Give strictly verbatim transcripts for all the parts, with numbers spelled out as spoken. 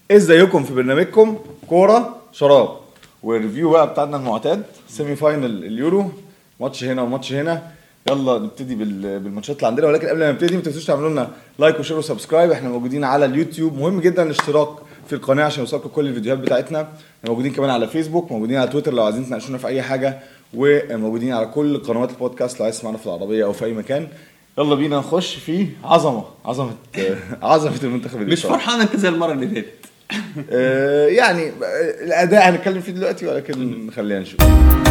ازيكم في برنامجكم كوره شراب والريفيو بقى بتاعنا المعتاد سيمي فاينل اليورو. ماتش هنا وماتش هنا. يلا نبتدي بالماتشات اللي عندنا، ولكن قبل ما نبتدي ما تنسوش تعملوا لنا لايك وشير وسبسكرايب. احنا موجودين على اليوتيوب، مهم جدا الاشتراك في القناه عشان يوصلكم كل الفيديوهات بتاعتنا. موجودين كمان على فيسبوك، موجودين على تويتر لو عايزين تناقشونا في اي حاجه، وموجودين على كل قنوات البودكاست لو عايز تسمعنا في العربيه او في اي مكان. يلا بينا نخش في عظمه عظمه عظمه المنتخب. مش فرحان انت زي المره اللي فاتت؟ يعني الاداء هنتكلم فيه دلوقتي، ولكن خلينا نشوف.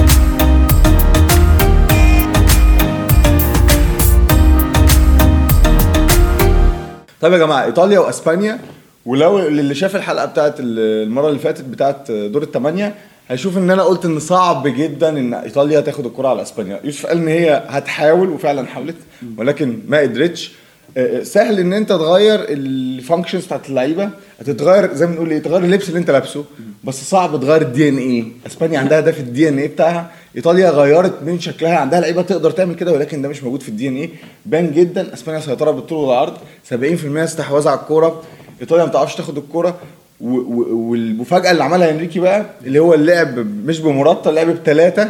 طيب يا جماعه، ايطاليا واسبانيا، ولو اللي شاف الحلقه بتاعت المره اللي فاتت بتاعت دور الثمانيه هيشوف ان انا قلت ان صعب جدا ان ايطاليا تاخد الكره على اسبانيا. يوسف قال ان هي هتحاول وفعلا حاولت ولكن ما قدرتش. سهل ان انت تغير الفانكشنز بتاعت اللعيبه، هتتغير زي ما بنقول ايه، تغير اللبس اللي انت لابسه، بس صعب تغير الدي ان ايه. اسبانيا عندها ده في الدي ان ايه بتاعها، ايطاليا غيرت من شكلها، عندها لعيبه تقدر تعمل كده ولكن ده مش موجود في الدي ان ايه. بان جدا اسبانيا سيطره بالطول والعرض، سبعين في المية استحواذ على الكوره. ايطاليا ما بتعرفش تاخد الكوره، والمفاجاه اللي عملها انريكي بقى اللي هو اللعب مش بمراتا، لعب بثلاثه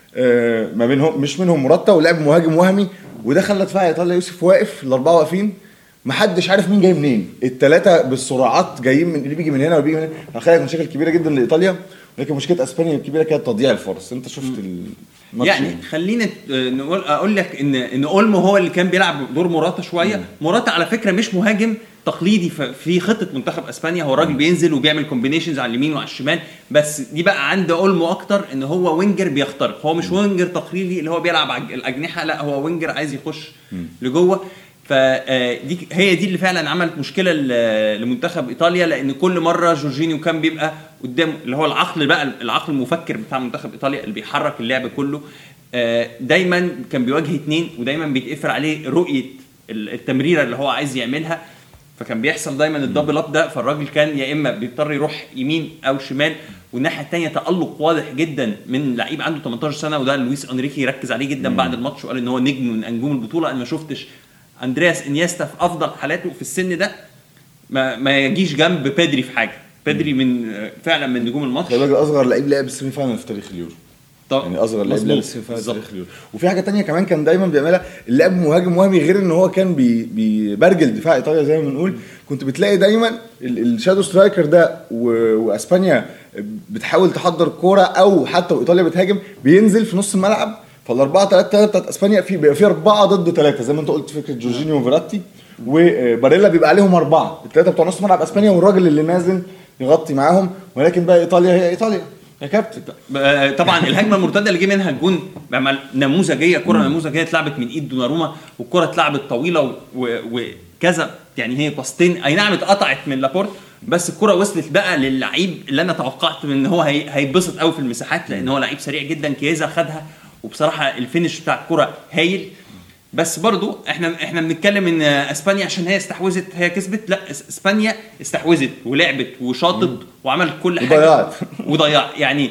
ما بينهم، مش منهم مراتا، ولعب مهاجم وهمي، وده خلى دفاع ايطاليا يوسف واقف، الاربعه واقفين محدش عارف مين جاي منين. الثلاثه بالسرعات جايين من اللي بيجي من هنا وبيجي من هنا. خلت مشاكل كبيره جدا لايطاليا، ولكن مشكله اسبانيا الكبيره كانت تضييع الفرص. انت شفت الماتش يعني؟ خلينا نقول اقول لك ان ان اولمو هو اللي كان بيلعب دور موراتا شويه. موراتا على فكره مش مهاجم تقليدي في خطه منتخب اسبانيا، هو راجل بينزل وبيعمل كومبينيشنز على اليمين وعلى الشمال، بس دي بقى عند اولمو اكتر ان هو وينجر بيخترق. هو مش وينجر تقليدي اللي هو بيلعب على الاجنحه، لا هو وينجر عايز يخش لجوه. فدي هي دي اللي فعلا عملت مشكله لمنتخب ايطاليا، لان كل مره جورجينيو كان بيبقى قدام اللي هو العقل بقى العقل المفكر بتاع منتخب ايطاليا اللي بيحرك اللعب كله. دايما كان بيواجه اتنين ودايما بيتقفل عليه رؤيه التمريره اللي هو عايز يعملها، فكان بيحصل دايما الدبل اب ده. فالراجل كان يا اما بيضطر يروح يمين او شمال. والناحيه الثانيه تالق واضح جدا من لعيب عنده ثمانية عشر سنه، وده لويس انريكي يركز عليه جدا مم. بعد الماتش، وقال ان هو نجم من نجوم البطوله. انا ما شفتش اندرياس انيستا في افضل حالاته في السن ده ما ما يجيش جنب بيدري في حاجه. بيدري من فعلا من نجوم الماتش. ده اصغر لعيب لعب السيمي فاينل في تاريخ اليورو، يعني اصغر لعيب لعب السيمي فاينل في تاريخ اليورو. وفي حاجه تانية كمان كان دايما بيعملها، اللعب مهاجم وهمي، غير ان هو كان بيبرجل دفاع ايطاليا زي ما بنقول. كنت بتلاقي دايما الشادو سترايكر ده واسبانيا بتحاول تحضر كوره او حتى وايطاليا بتهاجم بينزل في نص الملعب. فالاربعه ثلاثة ثلاثة بتاعت اسبانيا في بيبقى في اربعه ضد ثلاثه زي ما انت قلت، فكره جورجينيو وفيراتي وباريلا بيبقى عليهم اربعه، الثلاثه بتوع نص ملعب اسبانيا والراجل اللي نازل يغطي معاهم. ولكن بقى ايطاليا هي ايطاليا يا كابتن. طبعا الهجمه المرتده اللي جه منها الجون نموذجيه، كره نموذجيه اتلعبت من ايد دوناروما، والكره اتلعبت طويله وكذا، يعني هي باستين اي نعم اتقطعت من لابورت، بس الكره وصلت بقى للعيب اللي انا توقعت ان هو هيتبسط قوي في المساحات، لان هو لعيب سريع جدا. كيزا خدها، وبصراحه الفينش بتاع الكره هايل. بس برضو احنا احنا بنتكلم ان اسبانيا عشان هي استحوذت هي كسبت، لا اسبانيا استحوذت ولعبت وشاطت وعمل كل حاجه وضيعت وضيع يعني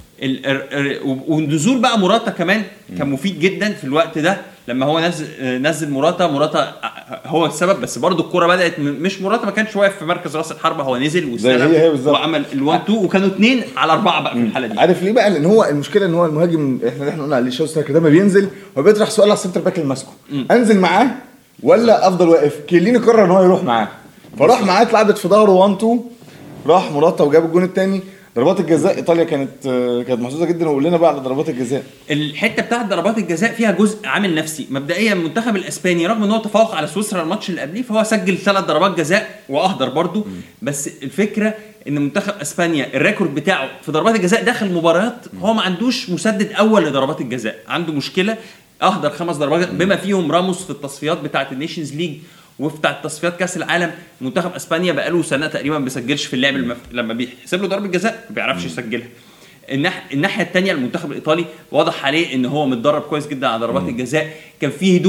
ونزول بقى موراتا كمان كان مفيد جدا في الوقت ده. لما هو نزل نزل موراتا موراتا هو السبب، بس برضو الكرة بدأت مش موراتا ما كانش واقف في مركز راس الحربة، هو نزل واستلم وعمل الوان تو، وكانوا اتنين على اربعة بقى في الحالة دي. عارف ليه بقى؟ لان هو المشكلة ان هو المهاجم احنا احنا قلنا عليه شوستر ده ما بينزل، هو بيطرح سؤال على السنتر باك اللي ماسكه، انزل معاه ولا افضل واقف؟ كيليني قرر ان هو يروح معاه، فراح معاه، اتلعبت في ظهره واحد اتنين، راح موراتا وجاب الجون الثاني. ضربات الجزاء ايطاليا كانت كانت محظوظه جدا. وقول لنا بقى على ضربات الجزاء. الحته بتاعه ضربات الجزاء فيها جزء عامل نفسي. مبدئيا المنتخب الاسباني رغم ان هو تفوق على سويسرا الماتش اللي قبليه، فهو سجل ثلاث ضربات جزاء واهدر برضو. بس الفكره ان منتخب اسبانيا الريكورد بتاعه في ضربات الجزاء داخل مباريات، هو ما عندوش مسدد اول لضربات الجزاء، عنده مشكله. اهدر خمس ضربات بما فيهم راموس في التصفيات بتاعه النيشنز ليج وفتح تصفيات كاس العالم. منتخب اسبانيا بقاله سنه تقريبا ما بيسجلش في اللعب المف... لما بيحسب له ضربه جزاء ما بيعرفش يسجلها. الناح... الناحيه الثانيه المنتخب الايطالي واضح عليه ان هو متدرب كويس جدا على ضربات الجزاء. كان فيه هدوء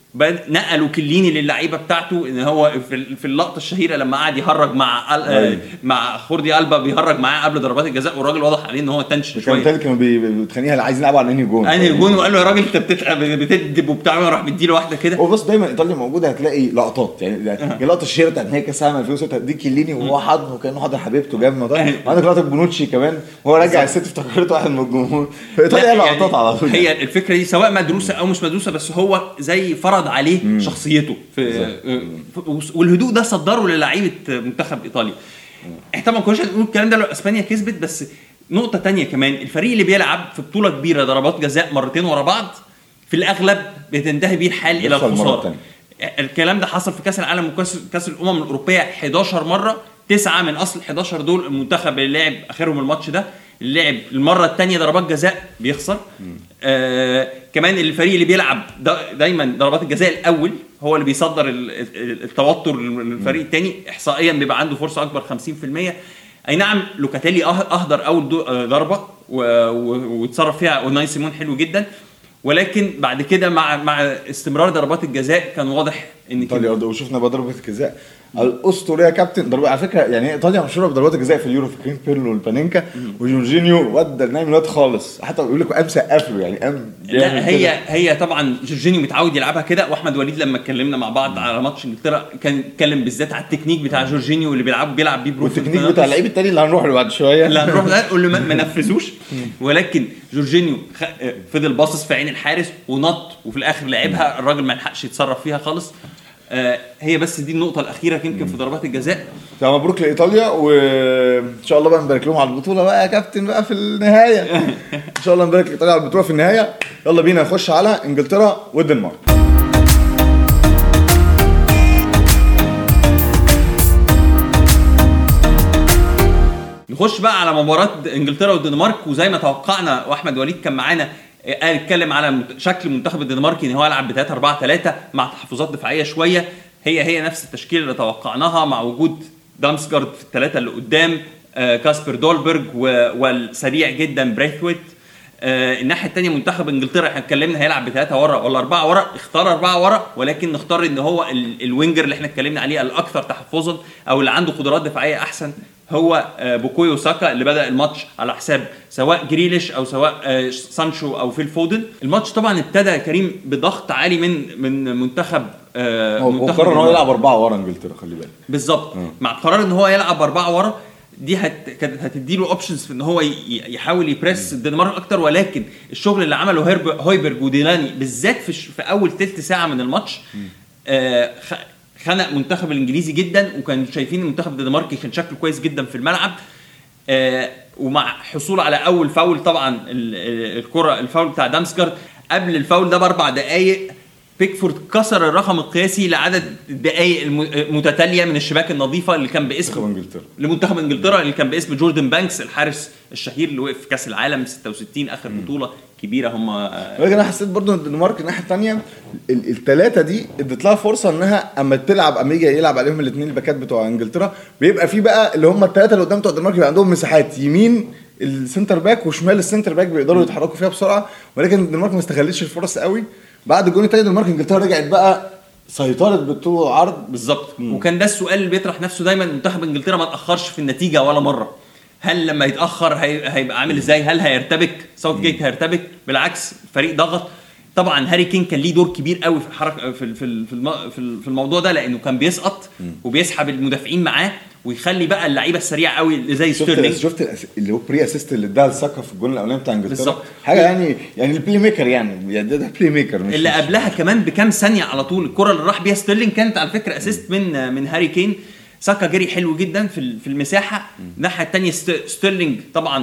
نقلوا كليني للعيبه بتاعته ان هو في اللقطه الشهيره لما قعد يهرج مع أيوه. مع خوردي ألبا بيهرج معاه قبل ضربات الجزاء والراجل واضح عليه ان هو تنشن شويه. كان كانوا بيتخانقوا اللي عايزين يلعبوا على انهي جون انهي جون وقال له يا راجل انت بتتعب بتدب وبتاع راح مديله واحده كده. هو بس دايما ايطاليا موجوده هتلاقي لقطات يعني أه. اللقطه الشهيره بتاعت نهائي كاس العالم ألفين وستة دي كليني وهو حضنه وكانه حضن حبيبته جنبه ده. وعندك لقطه بونوتشي كمان وهو راجع الست افتكرت واحد من الجمهور. في ايطاليا لقطات يعني على طول. هي الفكره دي سواء مدروسه او مش مدروسه بس هو زي فرض عليه مم. شخصيته في والهدوء ده صدره للاعيبه منتخب ايطاليا. احنا طبعا كنا نقول الكلام ده لو اسبانيا كسبت بس نقطه تانية كمان الفريق اللي بيلعب في بطوله كبيره ضربات جزاء مرتين ورا بعض في الاغلب بتنتهي بيه الحال الى الخساره. الكلام ده حصل في كاس العالم وكاس الامم الاوروبيه حداشر مره تسعة من اصل حداشر دول المنتخب اللي لعب اخرهم الماتش ده اللي لعب المره الثانيه ضربات جزاء بيخسر. آه كمان الفريق اللي بيلعب دايما ضربات الجزاء الاول هو اللي بيصدر التوتر للفريق الثاني احصائيا بيبقى عنده فرصه اكبر خمسين في المية. اي نعم لوكاتيلي اهدر اول ضربه وتصرف فيها وناي سيمون حلو جدا ولكن بعد كده مع مع استمرار ضربات الجزاء كان واضح ان ايطاليا وشفنا ضربات الجزاء الاسطوريه كابتن ضربه على فكره يعني ايطاليا مشهوره بضربات الجزاء في اليورو فاكرين بيرلو والبانينكا وجورجينيو ودى النايم الواد خالص حتى بيقول لك قام سقف له يعني قام. لا هي هي طبعا جورجينيو متعود يلعبها كده واحمد وليد لما اتكلمنا مع بعض على ماتش انجلترا كان اتكلم بالذات على التكنيك بتاع جورجينيو اللي بيلعب بيلعب بيه بروف والتكنيك بتاع اللعيب الثاني اللي هنروح له بعد شويه لا هنروح له نقول له ما نفذوش ولكن جورجينيو فضل باصص في عين الحارس ونط وفي الاخر لعبها الراجل ما لحقش يتصرف فيها خالص. آه هي بس دي النقطة الأخيرة يمكن في ضربات الجزاء. مبروك لإيطاليا وإن شاء الله بقى نبارك لهم على البطولة بقى يا كابتن بقى في النهاية. إن شاء الله نبارك لإيطاليا على البطولة في النهاية. يلا بينا نخش على إنجلترا والدنمارك. نخش بقى على مباراة إنجلترا والدنمارك وزي ما توقعنا وأحمد وليد كان معانا قال اتكلم على شكل منتخب الدنمارك ان هو يلعب ب ثلاثة أربعة ثلاثة مع تحفظات دفاعيه شويه. هي هي نفس التشكيله اللي توقعناها مع وجود دامسجارد في الثلاثه اللي قدام آه كاسبر دولبرج والسريع جدا بريثويت. آه الناحيه الثانيه منتخب انجلترا احنا اتكلمنا هيلعب بثلاثه ورا ولا اربعه ورا اختار اربعه ورا ولكن نختار ان هو الوينجر اللي احنا اتكلمنا عليه الاكثر تحفظا او اللي عنده قدرات دفاعيه احسن هو بوكويو ساكا اللي بدأ الماتش على حساب سواء جريليش او سواء سانشو او فيل فودن. الماتش طبعا ابتدى كريم بضغط عالي من من منتخب منتخب قرر ان هو يلعب اربعه ورا انجلترا خلي بالك بالظبط مع قرار ان هو يلعب اربعه ورا دي هت... كانت هتديله اوبشنز في ان هو ي... يحاول يبريس الدنمارك اكتر ولكن الشغل اللي عمله هيرب... هويبرج وديلاني بالذات في, ش... في اول ثلث ساعه من الماتش آه خ... خنق منتخب الانجليزي جدا وكان شايفين المنتخب الدنماركي كان شكله كويس جدا في الملعب آه ومع حصول على اول فاول طبعا الكره الفاول بتاع دامسجارد قبل الفاول ده باربع دقائق بيكفورد كسر الرقم القياسي لعدد الدقائق المتتاليه من الشباك النظيفه اللي كان باسم انجلترا لمنتخب انجلترا اللي كان باسم جوردن بانكس الحارس الشهير اللي وقف في كاس العالم ستة وستين اخر بطوله كبيره هم. ولكن انا حسيت برضو ان الدنمارك الناحيه الثانيه الثلاثه دي ادت لها فرصه انها اما تلعب اما يجي يلعب عليهم الاثنين الباكات بتوع انجلترا بيبقى في بقى اللي هم الثلاثه اللي قدام بتوع الدنمارك بيبقى عندهم مساحات يمين السنتر باك وشمال السنتر باك بيقدروا يتحركوا فيها بسرعه ولكن الدنمارك ما استغلتش الفرص قوي. بعد الجون الثاني الدنمارك انجلترا رجعت بقى سيطرت بالطول والعرض بالظبط. وكان ده السؤال اللي بيطرح نفسه دايما منتخب انجلترا ما تاخرش في النتيجه ولا مره. هل لما يتاخر هيبقى عامل ازاي؟ هل هيرتبك؟ ساوث جيت هيرتبك؟ بالعكس فريق ضغط. طبعا هاري كين كان ليه دور كبير قوي في الحركه في في في الموضوع ده لانه كان بيسقط وبيسحب المدافعين معاه ويخلي بقى اللعيبه السريعه قوي اللي زي ستيرلينج. شفت اللي هو بري اسيست اللي اداها لساكا في الجون الاولاني بتاع انجلترا حاجه يعني يعني البلاي ميكر يعني يعني ده بلاي ميكر مش اللي قبلها كمان بكام ثانيه على طول الكره اللي راح بيها ستيرلينج كانت على فكره اسيست من من هاري كين. ساكا جري حلو جدا في في المساحه. الناحيه الثانيه ستيرلينج طبعا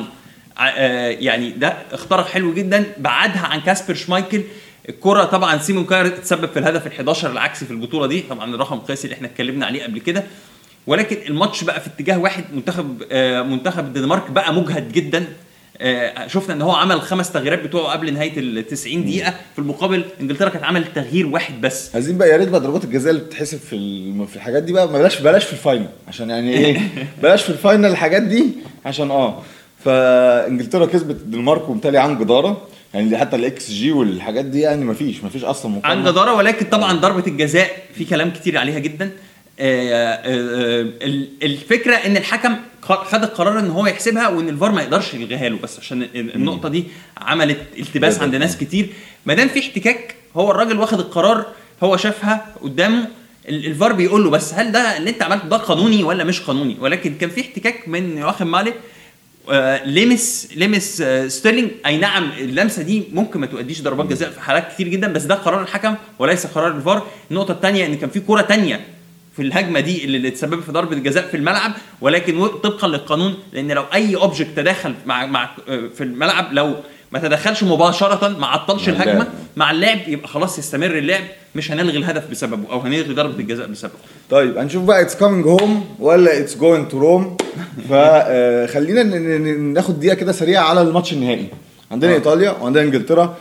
يعني ده اخترق حلو جدا بعدها عن كاسبر شمايكل. الكره طبعا سيمون كاير تسبب في الهدف الحداشر العكسي في البطوله دي طبعا الرقم القياسي اللي احنا اتكلمنا عليه قبل كده ولكن الماتش بقى في اتجاه واحد. منتخب آه منتخب الدنمارك بقى مجهد جدا. آه شفنا ان هو عمل خمس تغييرات بتوعه قبل نهايه ال تسعين دقيقه في المقابل انجلترا كانت عملت تغيير واحد بس. عايزين بقى يا ريت بقى ضربات الجزاء اللي بتتحسب في في الحاجات دي بقى ما بلاش بلاش في الفاينل عشان يعني ايه بلاش في الفاينل الحاجات دي عشان اه فانجلترا كسبت الدنمارك ومتالي عن جداره. يعني حتى الاكس جي والحاجات دي يعني مفيش مفيش اصلا مقارنه عن جداره. ولكن طبعا ضربه الجزاء في كلام كتير عليها جدا. الفكره ان الحكم خد القرار ان هو يحسبها وان الفار ما يقدرش يلغيها له، بس عشان النقطه دي عملت التباس عند ناس كتير. ما دام في احتكاك، هو الراجل واخد القرار، هو شافها قدامه، الفار بيقول له بس هل ده اللي انت عملته ده قانوني ولا مش قانوني. ولكن كان في احتكاك من يواخيم مالي آه لمس لمس آه ستيرلينج. اي نعم اللمسه دي ممكن ما تؤديش ضربات جزاء في حالات كتير جدا، بس ده قرار الحكم وليس قرار الفار. النقطه الثانيه ان كان في كره ثانيه في الهجمه دي اللي تسبب في ضربه الجزاء في الملعب، ولكن طبقا للقانون، لان لو اي اوبجكت تدخل مع مع في الملعب، لو ما تدخلش مباشره ما عطلش الهجمه مع اللاعب، يبقى خلاص يستمر اللعب، مش هنلغي الهدف بسببه او هنلغي ضربه الجزاء بسببه. طيب هنشوف بقى اتس كامينج هوم ولا اتس جوينج تو روم. فخلينا ناخد دقيقه كده سريعه على الماتش النهائي. عندنا آه. ايطاليا وعندنا انجلترا.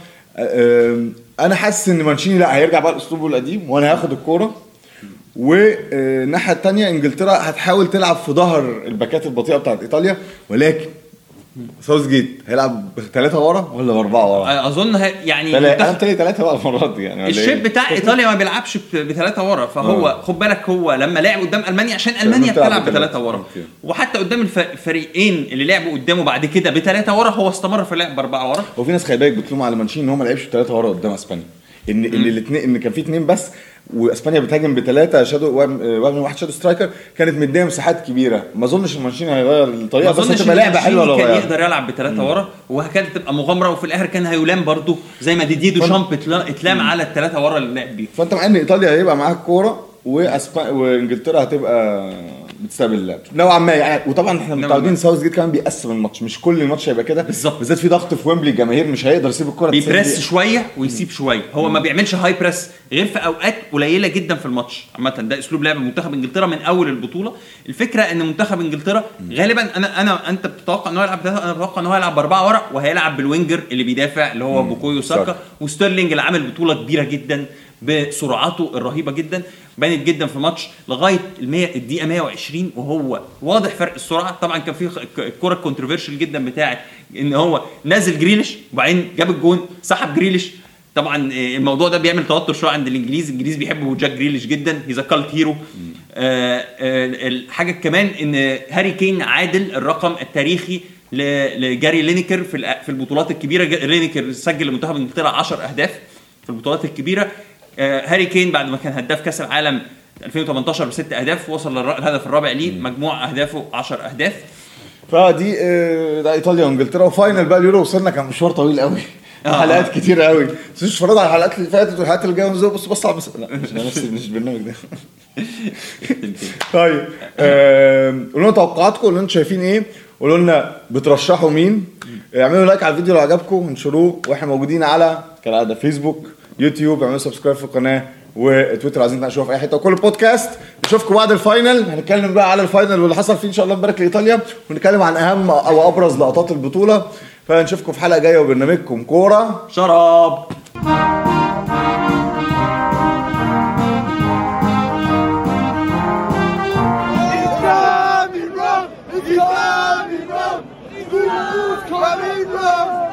انا حاسس ان مانشيني لا هيرجع بقى لاسلوبه القديم وانا هاخد الكوره، والناحيه الثانيه انجلترا هتحاول تلعب في ظهر الباكات البطيئه بتاعت ايطاليا، ولكن ساوث جيت هيلعب بثلاثه ورا ولا باربعه ورا؟ اظن يعني انا بتاعي ثلاثه بقى المرات دي يعني. الشيب بتاع ايطاليا ما بيلعبش بثلاثه ورا، فهو آه. خد بالك هو لما لعب قدام المانيا عشان المانيا بتلعب بثلاثه ورا، وحتى قدام الفريقين اللي لعبوا قدامه بعد كده بثلاثه ورا هو استمر في اللعب باربعه ورا. هو في ناس خلي بالك بتلوم على مانشيني ان هو ما لعبش بثلاثه ورا قدام اسبانيا، ان ان الاثنين ان كان في اثنين بس واسبانيا بتهاجم بثلاثه شادو واحد واحد شادو سترايكر، كانت مديه مساحات كبيره. ما اظنش المانشيني هيغير الطريقه، بس هتبقى لعبه حلوه لو كان يقدر يلعب بثلاثه ورا وهكذا تبقى مغامره، وفي الاخر كان هيلام برضو زي ما ديدي دو شامب اتلام على الثلاثه ورا اللي لعب بيه. فانت مع ان ايطاليا هيبقى معاها الكوره واسبانيا وانجلترا هتبقى بتستقبل اللعب نوعا ما يعني. وطبعا احنا متعودين ساوث جيت كمان بيقسم الماتش، مش كل الماتش هيبقى كده بالذات في ضغط في ويمبلي، الجماهير مش هيقدر يسيب الكره، بيبرس شويه ويسيب شويه. هو ما بيعملش هاي بريس غير في اوقات قليله جدا في الماتش. عامه ده اسلوب لعب منتخب انجلترا من اول البطوله. الفكره ان منتخب انجلترا غالبا انا انا انت بتتوقع ان هو يلعب، انا بتوقع ان هو يلعب باربعه ورا، وهيلعب بالوينجر اللي بيدافع اللي هو بوكويو ساكا، وستيرلينج اللي عامل بطوله كبيره جدا بسرعاته الرهيبه جدا، بانت جدا في ماتش لغايه المية الدقيقه مية وعشرين وهو واضح فرق السرعه. طبعا كان في الكره الكونتروفيرشال جدا بتاعه ان هو نازل جريليش وبعدين جاب الجون سحب جريليش. طبعا الموضوع ده بيعمل توتر شويه عند الانجليز، الانجليز بيحبوا جاك جريليش جدا، هيز ا كالت هيرو. الحاجه كمان ان هاري كين عادل الرقم التاريخي لجاري لينيكر في في البطولات الكبيره. لينيكر سجل لمنتخب انجلترا عشرة اهداف في البطولات الكبيره. هاري كين بعد ما كان هداف كاس العالم ألفين وتمنتاشر بست اهداف، وصل للهدف الرابع ليه، مجموع اهدافه عشر اهداف. فدي ده ايطاليا وانجلترا. وفاينل بقى اليورو وصلنا، كان مشوار طويل قوي، آه. حلقات كتير قوي، بس مش فرض على الحلقات اللي فاتت والحلقات اللي جايه ونزل بص بص على بس لا مش نفس مش البرنامج ده. طيب قولوا لنا توقعاتكم، اللي انتم شايفين ايه، قولوا لنا بترشحوا مين، اعملوا لايك على الفيديو لو عجبكم ونشروه، واحنا موجودين على كالعاده فيسبوك يوتيوب، اعملوا سبسكرايب في القناه وتويتر، عايزين نشوف اي حته وكل البودكاست. نشوفكم بعد الفاينل، هنتكلم بقى على الفاينل واللي حصل فيه ان شاء الله. نبارك لايطاليا ونتكلم عن اهم او ابرز لقطات البطوله. فنشوفكم في حلقه جايه وبرنامجكم كوره شراب. Coming, Rome!